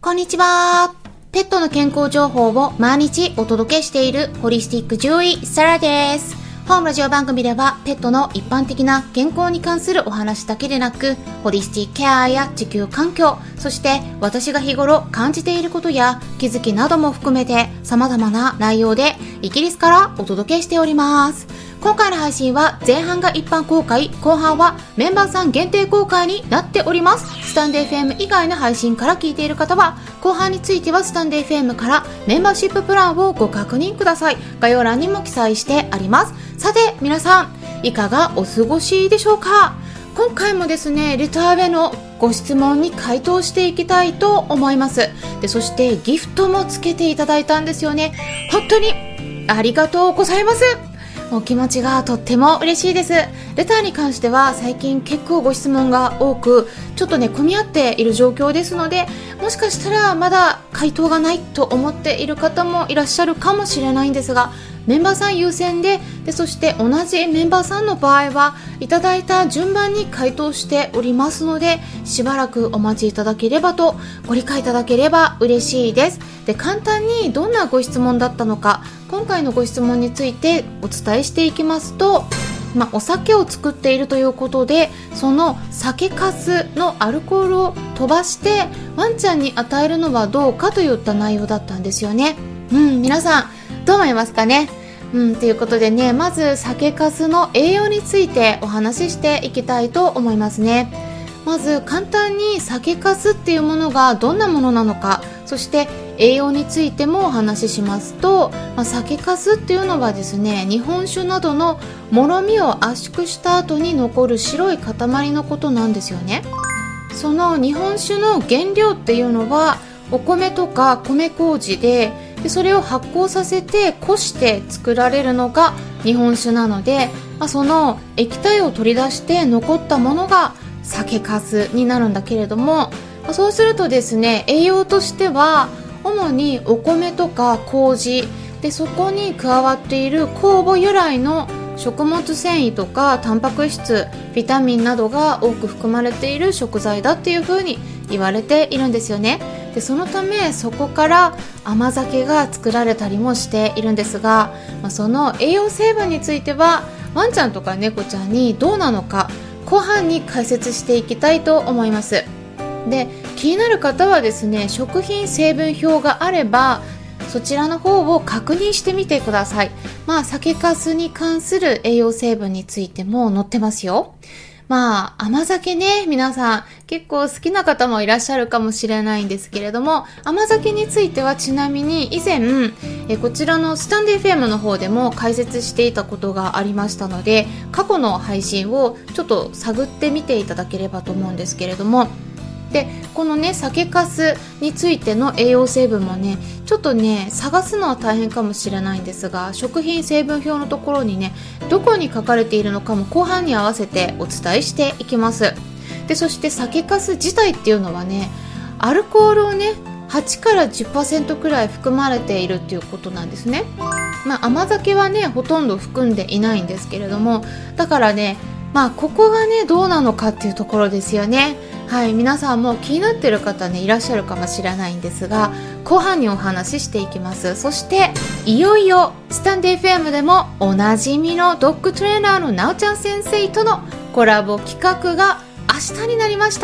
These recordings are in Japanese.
こんにちは。ペットの健康情報を毎日お届けしているホリスティック獣医サラです。本ラジオ番組ではペットの一般的な健康に関するお話だけでなく、ホリスティックケアや地球環境、そして私が日頃感じていることや気づきなども含めて様々な内容でイギリスからお届けしております。今回の配信は前半が一般公開、後半はメンバーさん限定公開になっております。スタンド FM 以外の配信から聞いている方は、後半についてはスタンド FM からメンバーシッププランをご確認ください。概要欄にも記載してあります。さて皆さん、いかがお過ごしでしょうか？今回もですね、レターへのご質問に回答していきたいと思います。で、そしてギフトもつけていただいたんですよね。本当にありがとうございます。お気持ちがとっても嬉しいです。レターに関しては最近結構ご質問が多く、ちょっとね混み合っている状況ですので、もしかしたらまだ回答がないと思っている方もいらっしゃるかもしれないんですが、メンバーさん優先で、そして同じメンバーさんの場合はいただいた順番に回答しておりますので、しばらくお待ちいただければと、ご理解いただければ嬉しいです。で、簡単にどんなご質問だったのか、今回のご質問についてお伝えしていきますと、お酒を作っているということで、その酒粕のアルコールを飛ばしてワンちゃんに与えるのはどうかといった内容だったんですよね。皆さんどう思いますかね。ということでね、まず酒粕の栄養についてお話ししていきたいと思いますね。まず簡単に酒粕っていうものがどんなものなのか、そして栄養についてもお話ししますと、酒粕っていうのはですね、日本酒などのもろみを圧縮した後に残る白い塊のことなんですよね。その日本酒の原料っていうのはお米とか米麹で、それを発酵させてこして作られるのが日本酒なので、その液体を取り出して残ったものが酒粕になるんだけれども、そうするとですね、栄養としては主にお米とか麹で、そこに加わっている酵母由来の食物繊維とかタンパク質、ビタミンなどが多く含まれている食材だっていう風に言われているんですよね。で、そのためそこから甘酒が作られたりもしているんですが、その栄養成分についてはワンちゃんとか猫ちゃんにどうなのか、後半に解説していきたいと思います。で、気になる方はですね、食品成分表があればそちらの方を確認してみてください。酒粕に関する栄養成分についても載ってますよ。甘酒ね、皆さん結構好きな方もいらっしゃるかもしれないんですけれども、甘酒についてはちなみに以前こちらのスタンド FM の方でも解説していたことがありましたので、過去の配信をちょっと探ってみていただければと思うんですけれども、で、このね、酒粕についての栄養成分もね、ちょっとね探すのは大変かもしれないんですが、食品成分表のところにね、どこに書かれているのかも後半に合わせてお伝えしていきます。で、そして酒粕自体っていうのはね、アルコールをね8から 10% くらい含まれているっていうことなんですね。甘酒はねほとんど含んでいないんですけれども、だからね、ここがねどうなのかっていうところですよね。はい、皆さんも気になっている方ねいらっしゃるかもしれないんですが、後半にお話ししていきます。そしていよいよスタンド FM でもおなじみのドッグトレーナーのなおちゃん先生とのコラボ企画が明日になりました。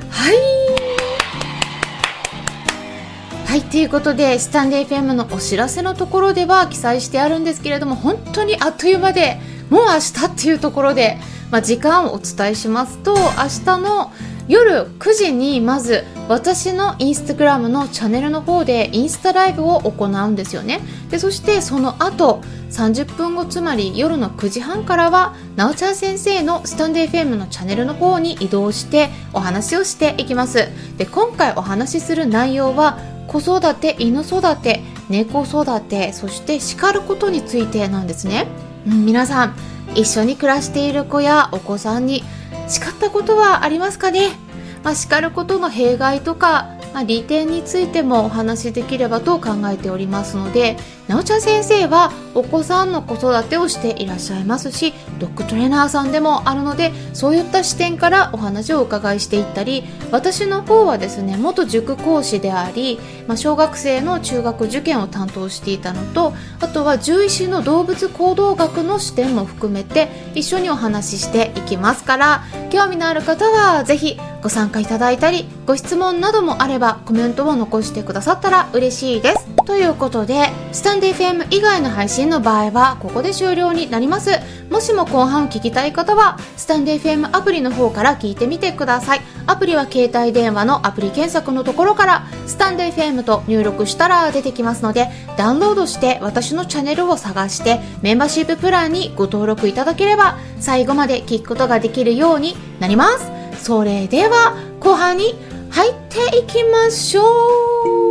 はい、ということでスタンド FM のお知らせのところでは記載してあるんですけれども、本当にあっという間で、もう明日っていうところで、時間をお伝えしますと、明日の夜9時にまず私のインスタグラムのチャンネルの方でインスタライブを行うんですよね。で、そしてその後30分後、つまり夜の9時半からはなおちゃん先生のスタンド FM のチャンネルの方に移動してお話をしていきます。で、今回お話しする内容は子育て、犬育て、猫育て、そして叱ることについてなんですね。皆さん一緒に暮らしている子やお子さんに叱ったことはありますかね。叱ることの弊害とか、利点についてもお話しできればと考えておりますので、 なおちゃん先生はお子さんの子育てをしていらっしゃいますし、ドッグトレーナーさんでもあるので、そういった視点からお話をお伺いしていったり、私の方はですね、元塾講師であり、小学生の中学受験を担当していたのと、あとは獣医師の動物行動学の視点も含めて一緒にお話ししていきますから、興味のある方はぜひご参加いただいたり、ご質問などもあればコメントを残してくださったら嬉しいです。ということで、スタンデー FM 以外の配信の場合はここで終了になります。もしも後半聞きたい方はスタンデー FM アプリの方から聞いてみてください。アプリは携帯電話のアプリ検索のところからスタンデー FM と入力したら出てきますので、ダウンロードして私のチャンネルを探してメンバーシッププランにご登録いただければ最後まで聞くことができるようになります。それでは後半に入っていきましょう。